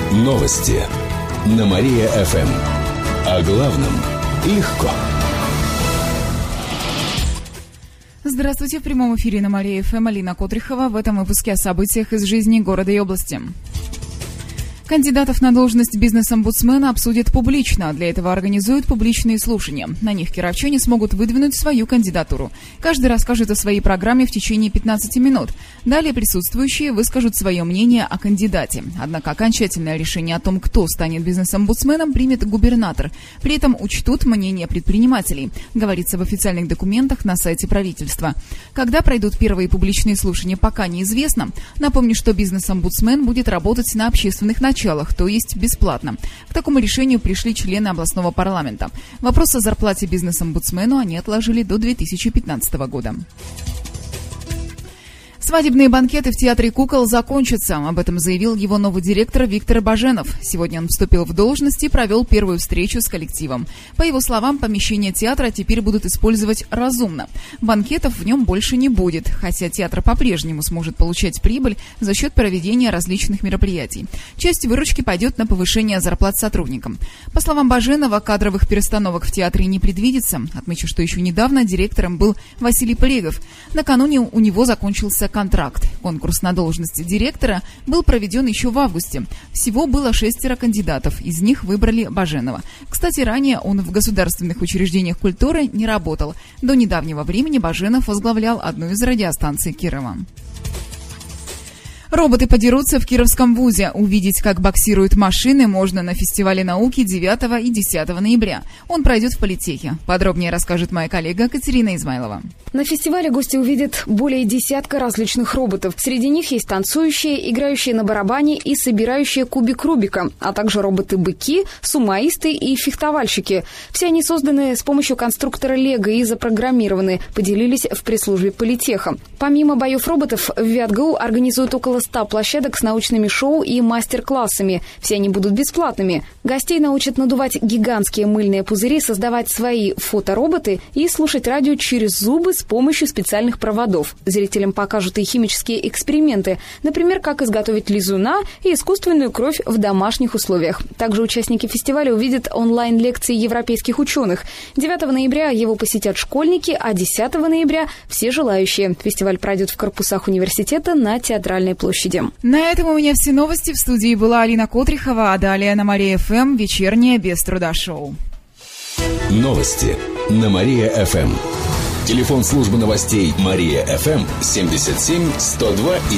Новости на Мария-ФМ. О главном легко. Здравствуйте, в прямом эфире на Мария-ФМ Алина Котрихова. В этом выпуске о событиях из жизни города и области. Кандидатов на должность бизнес-омбудсмена обсудят публично. Для этого организуют публичные слушания. На них кировчане смогут выдвинуть свою кандидатуру. Каждый расскажет о своей программе в течение 15 минут. Далее присутствующие выскажут свое мнение о кандидате. Однако окончательное решение о том, кто станет бизнес-омбудсменом, примет губернатор. При этом учтут мнение предпринимателей, говорится в официальных документах на сайте правительства. Когда пройдут первые публичные слушания, пока неизвестно. Напомню, что бизнес-омбудсмен будет работать на общественных началах, то есть бесплатно. К такому решению пришли члены областного парламента. Вопрос о зарплате бизнес-омбудсмену они отложили до 2015 года. Свадебные банкеты в Театре кукол закончатся. Об этом заявил его новый директор Виктор Баженов. Сегодня он вступил в должность и провел первую встречу с коллективом. По его словам, помещения театра теперь будут использовать разумно. Банкетов в нем больше не будет, хотя театр по-прежнему сможет получать прибыль за счет проведения различных мероприятий. Часть выручки пойдет на повышение зарплат сотрудникам. По словам Баженова, кадровых перестановок в театре не предвидится. Отмечу, что еще недавно директором был Василий Полегов. Накануне у него закончился контракт. Конкурс на должность директора был проведен еще в августе. Всего было 6 кандидатов, из них выбрали Баженова. Кстати, ранее он в государственных учреждениях культуры не работал. До недавнего времени Баженов возглавлял одну из радиостанций Кирова. Роботы подерутся в Кировском вузе. Увидеть, как боксируют машины, можно на фестивале науки 9 и 10 ноября. Он пройдет в Политехе. Подробнее расскажет моя коллега Катерина Измайлова. На фестивале гости увидят более десятка различных роботов. Среди них есть танцующие, играющие на барабане и собирающие кубик Рубика, а также роботы-быки, сумоисты и фехтовальщики. Все они созданы с помощью конструктора Лего и запрограммированы, поделились в пресс-службе Политеха. Помимо боев роботов, в ВятГУ организуют около 100 площадок с научными шоу и мастер-классами. Все они будут бесплатными. Гостей научат надувать гигантские мыльные пузыри, создавать свои фотороботы и слушать радио через зубы с помощью специальных проводов. Зрителям покажут и химические эксперименты, например, как изготовить лизуна и искусственную кровь в домашних условиях. Также участники фестиваля увидят онлайн-лекции европейских ученых. 9 ноября его посетят школьники, а 10 ноября – все желающие. Фестиваль пройдет в корпусах университета на Театральной площади. На этом у меня все новости. В студии была Алина Котрихова, а далее на Мария-ФМ вечернее без труда шоу. Новости на Мария-ФМ. Телефон службы новостей Мария-ФМ 77 102 и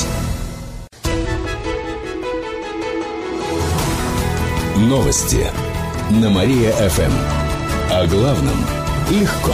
9. Новости на Мария-ФМ. О главном легко.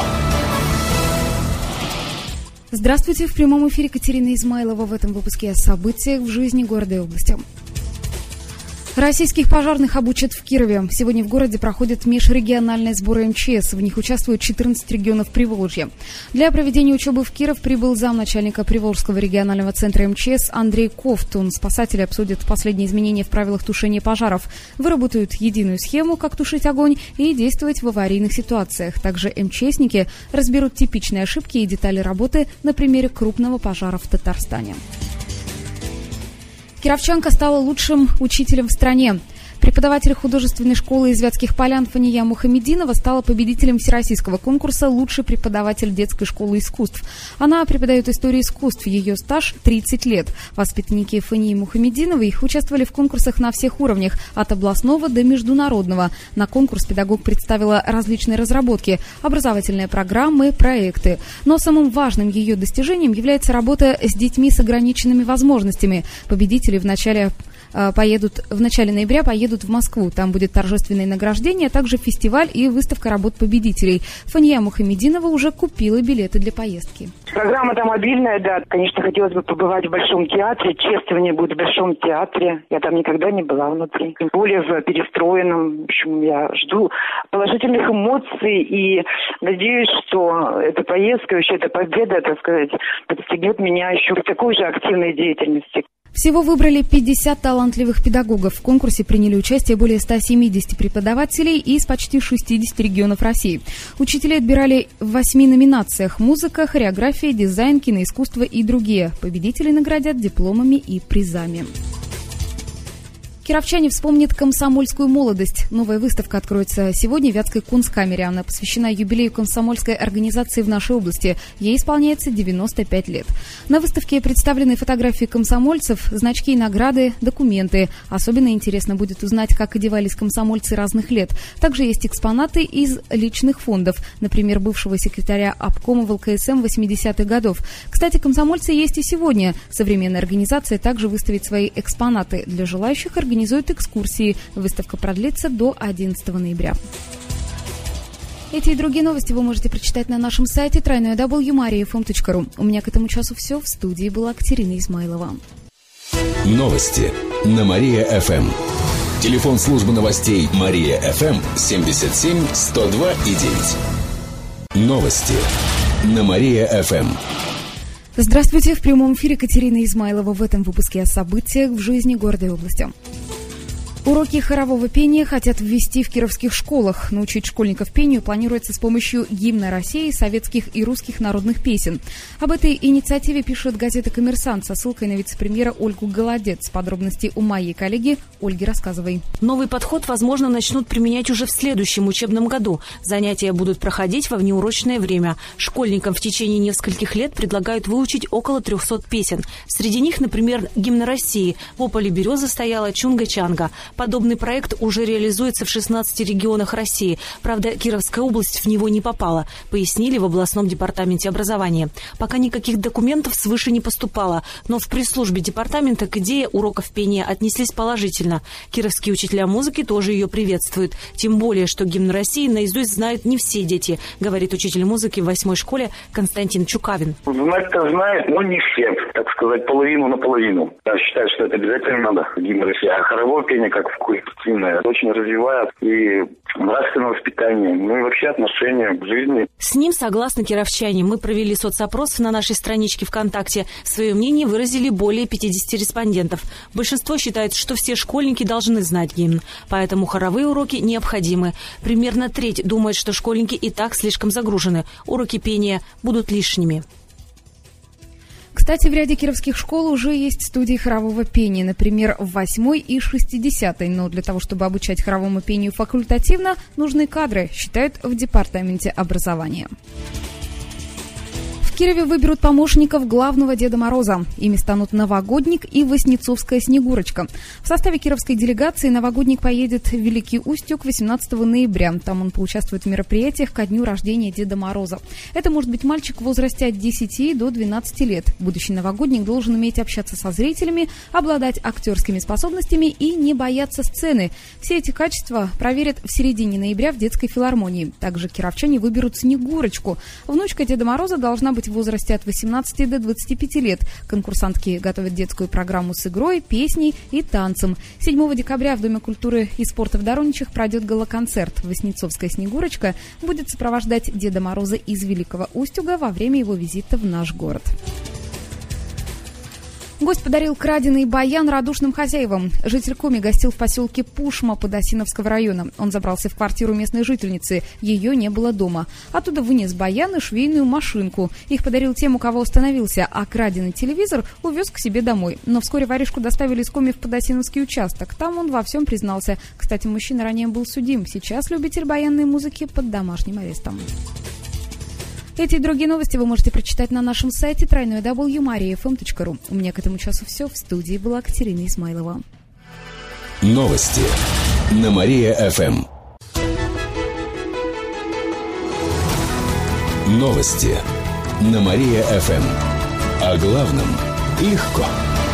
Здравствуйте, в прямом эфире Катерина Измайлова. В этом выпуске о событиях в жизни города и области. Российских пожарных обучат в Кирове. Сегодня в городе проходят межрегиональные сборы МЧС. В них участвуют 14 регионов Приволжья. Для проведения учебы в Киров прибыл замначальника Приволжского регионального центра МЧС Андрей Ковтун. Спасатели обсудят последние изменения в правилах тушения пожаров, выработают единую схему, как тушить огонь и действовать в аварийных ситуациях. Также МЧСники разберут типичные ошибки и детали работы на примере крупного пожара в Татарстане. Кировчанка стала лучшим учителем в стране. Преподаватель художественной школы из Вятских Полян Фания Мухамединова стала победителем всероссийского конкурса «Лучший преподаватель детской школы искусств». Она преподает историю искусств, ее стаж 30 лет. Воспитанники Фании Мухамединовой участвовали в конкурсах на всех уровнях, от областного до международного. На конкурс педагог представила различные разработки, образовательные программы, проекты. Но самым важным ее достижением является работа с детьми с ограниченными возможностями. Победители в начале ноября поедут в Москву. Там будет торжественное награждение, а также фестиваль и выставка работ победителей. Фания Мухамединова уже купила билеты для поездки. Программа-то мобильная, да. Конечно, хотелось бы побывать в Большом театре. Чествование будет в Большом театре. Я там никогда не была внутри. Тем более в перестроенном. В общем, я жду положительных эмоций и надеюсь, что эта поездка, вообще эта победа, так сказать, подстегнет меня еще к такой же активной деятельности. Всего выбрали 50 талантливых педагогов. В конкурсе приняли участие более 170 преподавателей из почти 60 регионов России. Учителей отбирали в 8 номинациях: музыка, хореография, дизайн, киноискусство и другие. Победителей наградят дипломами и призами. Кировчане вспомнят комсомольскую молодость. Новая выставка откроется сегодня в Вятской кунсткамере. Она посвящена юбилею комсомольской организации в нашей области. Ей исполняется 95 лет. На выставке представлены фотографии комсомольцев, значки и награды, документы. Особенно интересно будет узнать, как одевались комсомольцы разных лет. Также есть экспонаты из личных фондов. Например, бывшего секретаря обкома в ЛКСМ 80-х годов. Кстати, комсомольцы есть и сегодня. Современная организация также выставит свои экспонаты. Для желающих организует экскурсии. Выставка продлится до 11 ноября. Эти и другие новости вы можете прочитать на нашем сайте www.mariafm.ru. У меня к этому часу все. В студии была Катерина Измайлова. Новости на Мария-ФМ. Телефон службы новостей Мария-ФМ 77 102 и 9. Новости на Мария-ФМ. Здравствуйте, в прямом эфире Катерина Измайлова. В этом выпуске о событиях в жизни города и области. Уроки хорового пения хотят ввести в кировских школах. Научить школьников пению планируется с помощью гимна России, советских и русских народных песен. Об этой инициативе пишет газета «Коммерсант» со ссылкой на вице-премьера Ольгу Голодец. Подробности у моей коллеги Ольги Рассказовой. Новый подход, возможно, начнут применять уже в следующем учебном году. Занятия будут проходить во внеурочное время. Школьникам в течение нескольких лет предлагают выучить около 300 песен. Среди них, например, гимн России «Во поле береза стояла Чунга-Чанга». Подобный проект уже реализуется в 16 регионах России. Правда, Кировская область в него не попала, пояснили в областном департаменте образования. Пока никаких документов свыше не поступало, но в пресс-службе департамента к идее уроков пения отнеслись положительно. Кировские учителя музыки тоже ее приветствуют. Тем более, что гимн России наизусть знают не все дети, говорит учитель музыки в 8-й школе Константин Чукавин. Знать-то знают, но не все, так сказать, половину на половину. Я считаю, что это обязательно надо, гимн России. А хоровое пение как вкусное, очень развивает и нравственное воспитание, ну и вообще отношение к жизни. С ним согласны кировчане. Мы провели соцопрос на нашей страничке ВКонтакте. Свое мнение выразили более 50 респондентов. Большинство считает, что все школьники должны знать гимн, поэтому хоровые уроки необходимы. Примерно треть думает, что школьники и так слишком загружены. Уроки пения будут лишними. Кстати, в ряде кировских школ уже есть студии хорового пения, например, в 8-й и 60-й. Но для того, чтобы обучать хоровому пению факультативно, нужны кадры, считают в департаменте образования. В Кирове выберут помощников главного Деда Мороза. Ими станут Новогодник и Воснецовская Снегурочка. В составе кировской делегации Новогодник поедет в Великий Устюг 18 ноября. Там он поучаствует в мероприятиях ко дню рождения Деда Мороза. Это может быть мальчик в возрасте от 10 до 12 лет. Будущий Новогодник должен уметь общаться со зрителями, обладать актерскими способностями и не бояться сцены. Все эти качества проверят в середине ноября в детской филармонии. Также кировчане выберут Снегурочку. Внучка Деда Мороза должна быть в возрасте от 18 до 25 лет. Конкурсантки готовят детскую программу с игрой, песней и танцем. 7 декабря в Доме культуры и спорта в Дороничах пройдет гала-концерт. Воснецовская Снегурочка будет сопровождать Деда Мороза из Великого Устюга во время его визита в наш город. Гость подарил краденый баян радушным хозяевам. Житель Коми гостил в поселке Пушма Подосиновского района. Он забрался в квартиру местной жительницы. Ее не было дома. Оттуда вынес баян и швейную машинку. Их подарил тем, у кого остановился, а краденый телевизор увез к себе домой. Но вскоре воришку доставили из Коми в Подосиновский участок. Там он во всем признался. Кстати, мужчина ранее был судим. Сейчас любитель баянной музыки под домашним арестом. Эти и другие новости вы можете прочитать на нашем сайте www.mariafm.ru. У меня к этому часу все. В студии была Катерина Измайлова. Новости на Мария-ФМ. Новости на Мария-ФМ. О главном легко.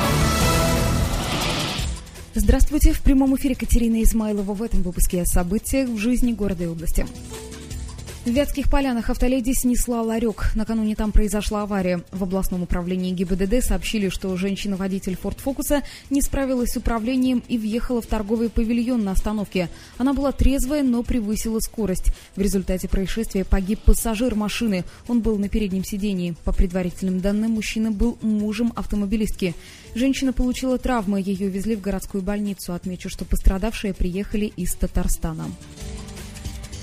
Здравствуйте. В прямом эфире Катерина Измайлова. В этом выпуске о событиях в жизни города и области. В Вятских Полянах автоледи снесла ларек. Накануне там произошла авария. В областном управлении ГИБДД сообщили, что женщина-водитель «Форд Фокуса» не справилась с управлением и въехала в торговый павильон на остановке. Она была трезвая, но превысила скорость. В результате происшествия погиб пассажир машины. Он был на переднем сидении. По предварительным данным, мужчина был мужем автомобилистки. Женщина получила травмы. Ее везли в городскую больницу. Отмечу, что пострадавшие приехали из Татарстана.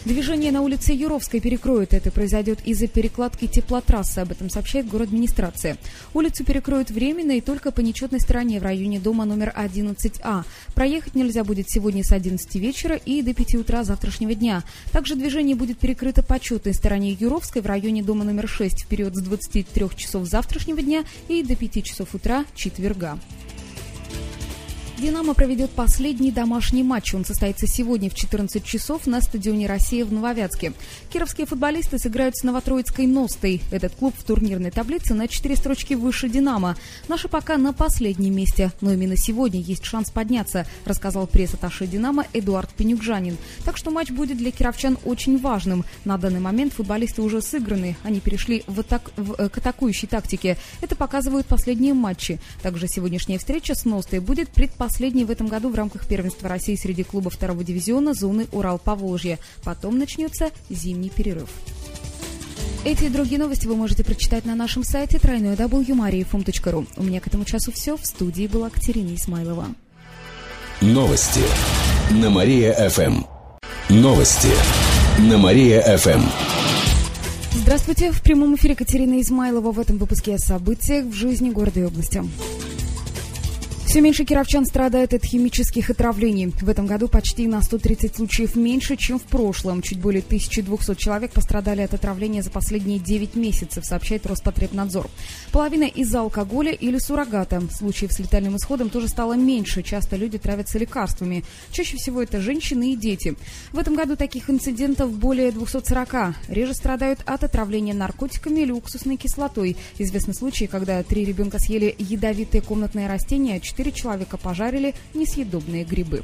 Движение на улице Юровской перекроют. Это произойдет из-за перекладки теплотрассы. Об этом сообщает городадминистрация. Улицу перекроют временно и только по нечетной стороне в районе дома номер 11А. Проехать нельзя будет сегодня с 11 вечера и до 5 утра завтрашнего дня. Также движение будет перекрыто по четной стороне Юровской в районе дома номер 6 в период с 23 часов завтрашнего дня и до 5 часов утра четверга. «Динамо» проведет последний домашний матч. Он состоится сегодня в 14 часов на стадионе «Россия» в Нововятске. Кировские футболисты сыграют с Новотроицкой «Ностой». Этот клуб в турнирной таблице на 4 строчки выше «Динамо». Наши пока на последнем месте, но именно сегодня есть шанс подняться, рассказал пресс-атташе «Динамо» Эдуард Пенюкжанин. Так что матч будет для кировчан очень важным. На данный момент футболисты уже сыграны. Они перешли к атакующей тактике. Это показывают последние матчи. Также сегодняшняя встреча с «Ностой» будет последний в этом году в рамках первенства России среди клубов второго дивизиона зоны Урал-Поволжье. Потом начнется зимний перерыв. Эти и другие новости вы можете прочитать на нашем сайте www.mariafm.ru. У меня к этому часу все. В студии была Катерина Измайлова. Новости на Мария-ФМ. Новости на Мария-ФМ. Здравствуйте. В прямом эфире Катерина Измайлова. В этом выпуске о событиях в жизни города и области. Все меньше кировчан страдает от химических отравлений. В этом году почти на 130 случаев меньше, чем в прошлом. Чуть более 1200 человек пострадали от отравления за последние 9 месяцев, сообщает Роспотребнадзор. Половина из-за алкоголя или суррогата. Случаев с летальным исходом тоже стало меньше. Часто люди травятся лекарствами. Чаще всего это женщины и дети. В этом году таких инцидентов более 240. Реже страдают от отравления наркотиками или уксусной кислотой. Известны случаи, когда 3 ребенка съели ядовитые комнатные растения, 4 человека пожарили несъедобные грибы.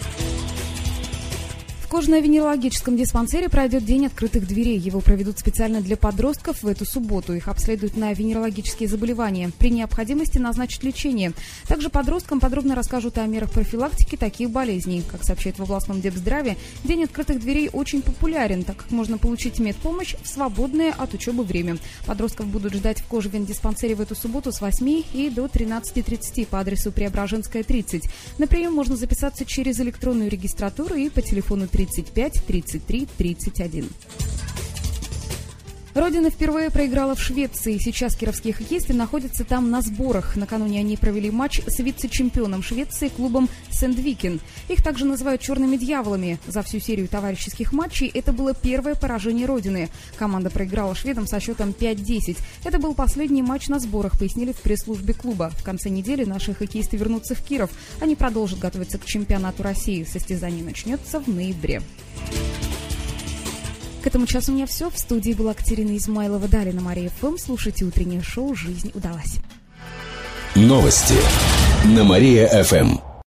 В кожно-венерологическом диспансере пройдет день открытых дверей. Его проведут специально для подростков в эту субботу. Их обследуют на венерологические заболевания. При необходимости назначат лечение. Также подросткам подробно расскажут о мерах профилактики таких болезней. Как сообщает в областном Депздраве, день открытых дверей очень популярен, так как можно получить медпомощь в свободное от учебы время. Подростков будут ждать в кожно-венедиспансере в эту субботу с 8 и до 13:30 по адресу Преображенская, 30. На прием можно записаться через электронную регистратуру и по телефону 35 33 31. Родина впервые проиграла в Швеции. Сейчас кировские хоккеисты находятся там на сборах. Накануне они провели матч с вице-чемпионом Швеции клубом Сэндвикен. Их также называют «черными дьяволами». За всю серию товарищеских матчей это было первое поражение Родины. Команда проиграла шведам со счетом 5-10. Это был последний матч на сборах, пояснили в пресс-службе клуба. В конце недели наши хоккеисты вернутся в Киров. Они продолжат готовиться к чемпионату России. Состязание начнется в ноябре. К этому часу у меня все. В студии была Катерина Измайлова. Далее на Мария-ФМ. Слушайте утреннее шоу «Жизнь удалась». Новости на Мария-ФМ.